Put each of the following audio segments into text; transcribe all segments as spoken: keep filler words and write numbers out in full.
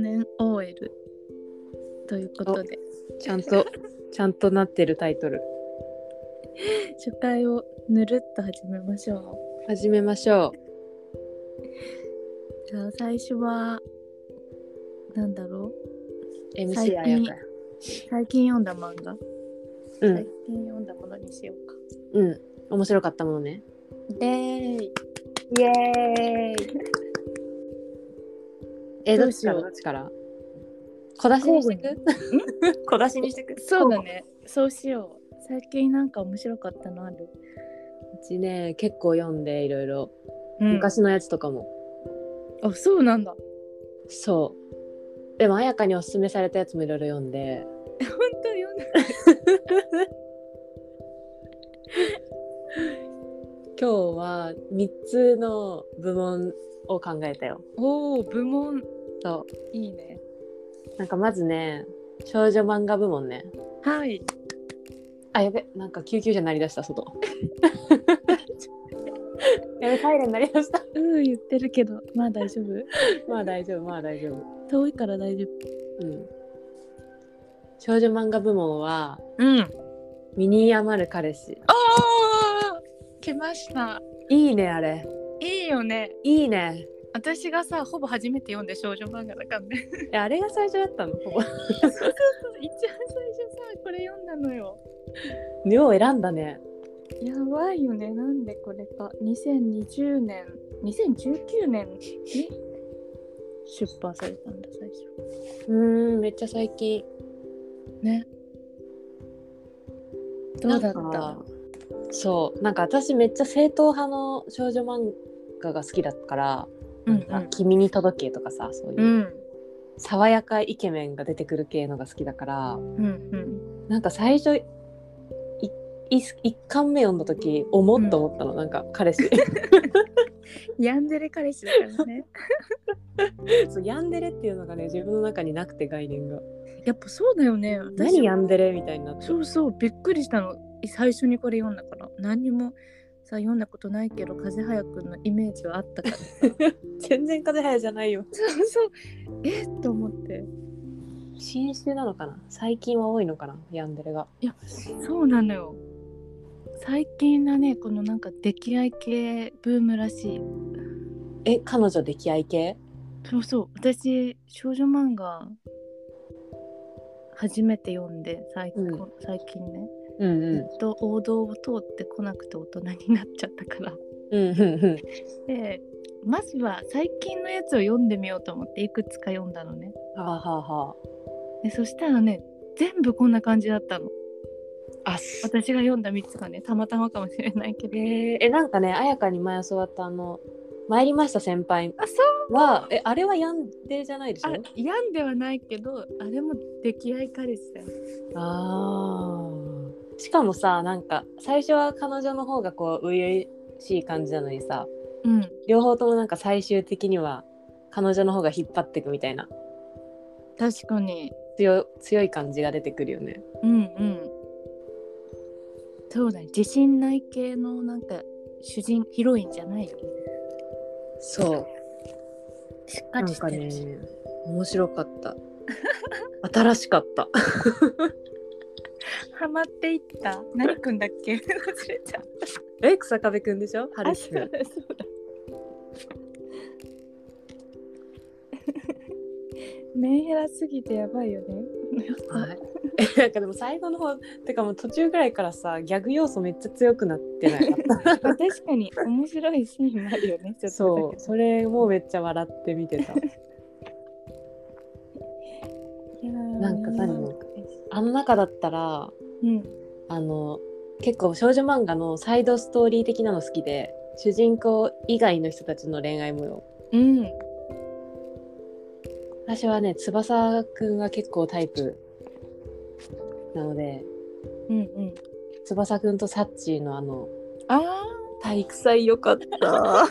年 オーエル ということでちゃんとちゃんとなってるタイトル初回をぬるっと始めましょう。始めましょう。 じゃあ最初はなんだろうエムシー あやか。 最近読んだ漫画、 う最ん近読んだものにしようか。 うん面白かったものね。 でーいイエーイえどっちからどうしようどっちから小出しにしてく小出しにしてくそうだね、そうしよう。最近なんか面白かったのある？ うちね結構読んでいろいろうん、 昔のやつとかも。 あ、そうなんだ。 そうでもあやかにおすすめされたやつもいろいろ読んで本当読んだ。 今日はみっつの部門を考えたよ。 おお、部門そういいね。 なんかまずね少女漫画部門ね。 はい。 あやべなんか救急車鳴り出した外やべサイレン鳴り出したうん言ってるけどまあ大丈夫。 まあ大丈夫まあ大丈夫。 遠いから大丈夫。 うん少女漫画部門はうん身に余る彼氏。 あー来ました。 いいねあれ。 いいよね。 いいね。 私がさほぼ初めて読んで少女漫画だからね。 えあれが最初だったのほぼそうそうそう一番最初さこれ読んだのよ。 よう選んだね。 やばいよね。なんでこれかにせんにじゅうねんにせんじゅうきゅうねんに出版されたんだ最初。 うーんめっちゃ最近ね。どうだった？ なんかそうなんか私めっちゃ正統派の少女漫画が好きだから、 うんなんか君に届けとかさそういう、 うん爽やかイケメンが出てくる系のが好きだから、 うんうんなんか最初いい一巻目読んだ時思っと思ったの、うん、なんか彼氏ヤンデレ彼氏だからね。 そうヤンデレっていうのがね自分の中になくて概念がやっぱそうだよね。 何ヤンデレみたいになって。 そうそうびっくりしたの最初にこれ読んだから。何にもさ読んだことないけど風早くんのイメージはあったから全然風早じゃないよ。 そうそうえっと思って。 新種なのかな最近は多いのかなヤンデレが。 いやそうなのよ最近はねこのなんか溺愛系ブームらしい。 え彼女溺愛系？ そうそう私少女漫画初めて読んで 最,、うん、最近ね、 うんうん、 ずっと王道を通ってこなくて大人になっちゃったからうんうんうんでまずは最近のやつを読んでみようと思っていくつか読んだのね。 はあはあはあ。 でそしたらね全部こんな感じだったの。 あ私が読んだみっつがねたまたまかもしれないけど、 えー、えなんかねあやかに前教わったあの参りました先輩はえあれはヤンデレじゃないでしょ？あヤンではないけどあれも溺愛彼氏だよ。 あーしかもさなんか最初は彼女の方がこう初々しい感じなのにさ、 うん、 両方ともなんか最終的には彼女の方が引っ張っていくみたいな確かに強, 強い感じが出てくるよね。 うんうんそうだね自信ない系のなんか主人ヒロインじゃないよ。 そうしっかりしてるし、 なんかね面白かった新しかったハマっていった。何くんだっけ忘れちゃった。 え草壁くんでしょ？春樹くん。 そうだそうだメンヘラすぎてやばいよねはいなんかでも最後の方てかもう途中ぐらいからさギャグ要素めっちゃ強くなってない確かに面白いシーンもあるよねちょっとだけ。 そうそれもめっちゃ笑って見てたいやなんか何もあの中だったら、うん、あの結構少女漫画のサイドストーリー的なの好きで主人公以外の人たちの恋愛模様、うん、私はね翼くんが結構タイプなので、うんうん、翼くんとサッチーのあのあ体育祭よかった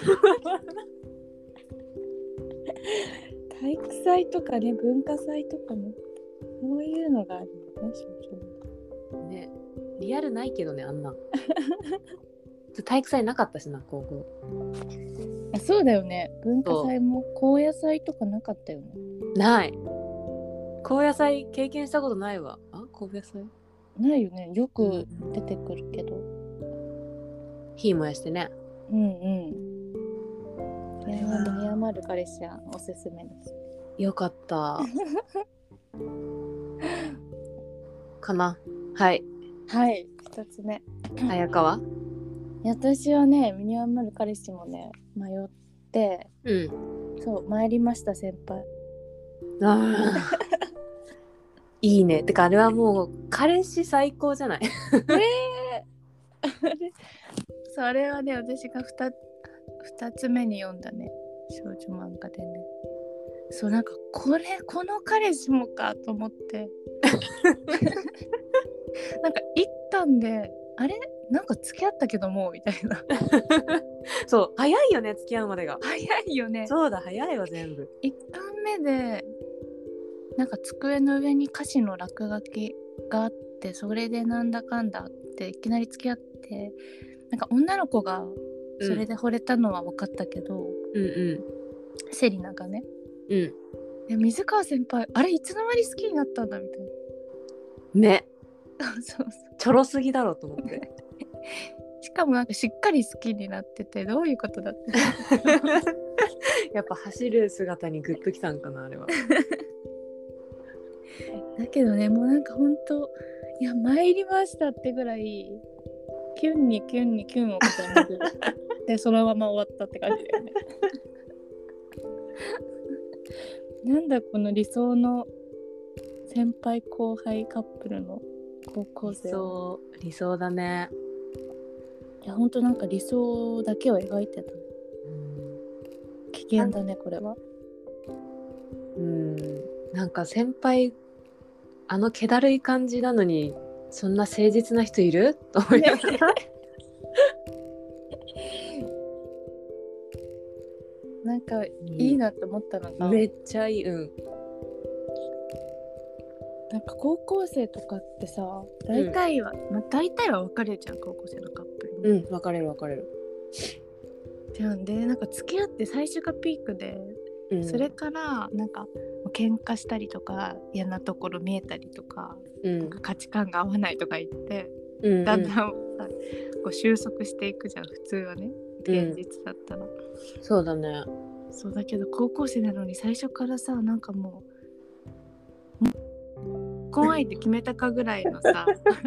体育祭とかね文化祭とかねそういうのがあるよね少女ねリアルないけどねあんな体育祭なかったしな高校。 あそうだよね文化祭も高野祭とかなかったよね。 ない。高野菜経験したことないわ。あ、高野菜ないよね。よく出てくるけど、 うん、火燃やしてね。 うんうん。これは身に余る彼氏はおすすめです。 よかったかな。はいはい一つ目。 綾香は私はね身に余る彼氏もね迷って、 うん、 そう参りました先輩。 あいいね。てかあれはもう彼氏最高じゃないえー、それはね私が 2, 2つ目に読んだね少女漫画でね。そうなんかこれこの彼氏もかと思ってなんか一巻であれなんか付き合ったけどもみたいなそう早いよね付き合うまでが。 早いよね。 そうだ早いわ全部。 一巻目でなんか机の上に歌詞の落書きがあってそれでなんだかんだっていきなり付き合ってなんか女の子がそれで惚れたのは分かったけど、 うんうんセリナがね、 うん、 で水川先輩あれいつの間に好きになったんだみたいなねそうそうちょろすぎだろと思ってしかもなんかしっかり好きになっててどういうことだってやっぱ走る姿にグッときたんかなあれはだけどねもうなんかほんといや参りましたってぐらいキュンにキュンにキュンを重ねるでそのまま終わったって感じだよねなんだこの理想の先輩後輩カップルの高校生。 理想理想だね。 いやほんとなんか理想だけを描いてた、 うん、 危険だねこれは。 うんなんか先輩あの気だるい感じなのにそんな誠実な人いると思いながらなんかいいなって思ったのが、 めっちゃいい。うんなんか高校生とかってさ大体は、うんまあ、大体は別れるじゃん高校生のカップルうん別れる別れるじゃん。でなんか付き合って最初がピークで、うん、それからなんか喧嘩したりとか嫌なところ見えたりとか、うん、なんか価値観が合わないとか言って、うんうん、だんだんさこう収束していくじゃん普通はね現実だったら、うん、 そうだね。 そうだけど高校生なのに最初からさなんかもう結婚相手決めたかぐらいのさ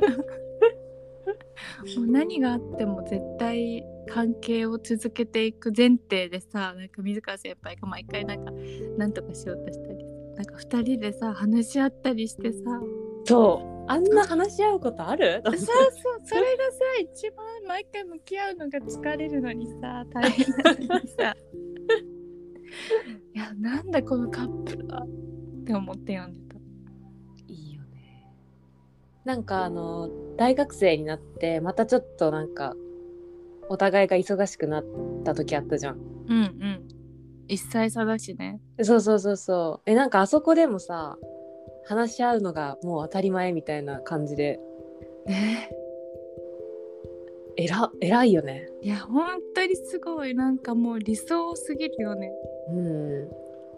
もう何があっても絶対関係を続けていく前提でさなんか水川先輩が毎回なんかなんとかしようとしたりなんかふたりでさ話し合ったりしてさそうあんな話し合うことあるそうそうそれがさ一番毎回向き合うのが疲れるのにさ大変なのにさいやなんだこのカップルはって思って読んでた。 いいよね。なんかあの大学生になってまたちょっとなんかお互いが忙しくなった時あったじゃん。 うんうん一歳差だしね。 そうそうそうそうえなんかあそこでもさ話し合うのがもう当たり前みたいな感じでねえら偉いよね。 いや本当にすごいなんかもう理想すぎるよね。 うん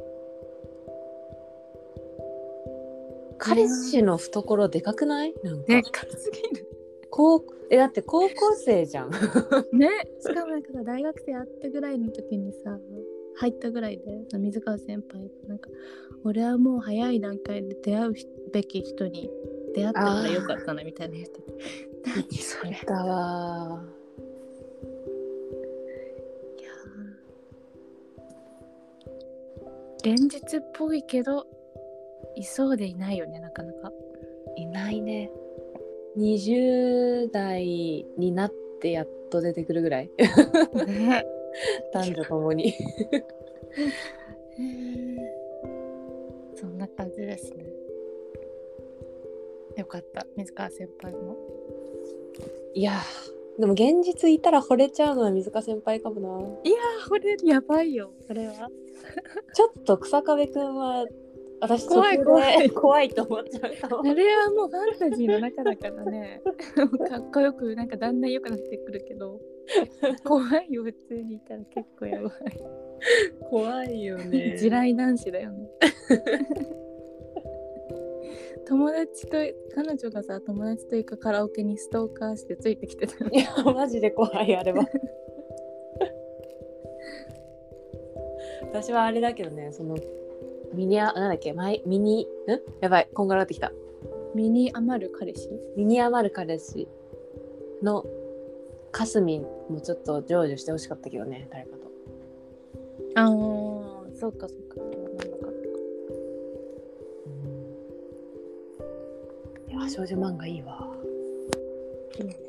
彼氏の懐でかくない？なんかでかすぎる高えだって高校生じゃんねしかもなんかさ大学生あったぐらいの時にさ入ったぐらいで水川先輩がなんか俺はもう早い段階で出会うべき人に出会ったからよかったなみたいな言ってて何それだわいや現実っぽいけどいそうでいないよねなかなかいないね。にじゅう代になってやっと出てくるぐらいね男女ともにそんな感じですね。よかった水川先輩も。 いやでも現実いたら惚れちゃうのは水川先輩かもな。 いや惚れるやばいよこれはちょっと草壁くんは私怖い怖い怖いと思っちゃうかも。 あれはもうファンタジーの中だからねかっこよくなんかだんだん良くなってくるけど怖いよ普通にいたら結構やばい怖いよね地雷男子だよね友達と彼女がさ友達と行くカラオケにストーカーしてついてきてた。 いやマジで怖いあれは私はあれだけどね、そのミニアなんだっけマイミニんやばいこんがらがってきた。 ミニ余る彼氏ミニ余る彼氏のかすみんもちょっと成就してほしかったけどね、誰かと。 ああそうかそうかなんだかったか。 いや少女漫画いいわ。 いいね。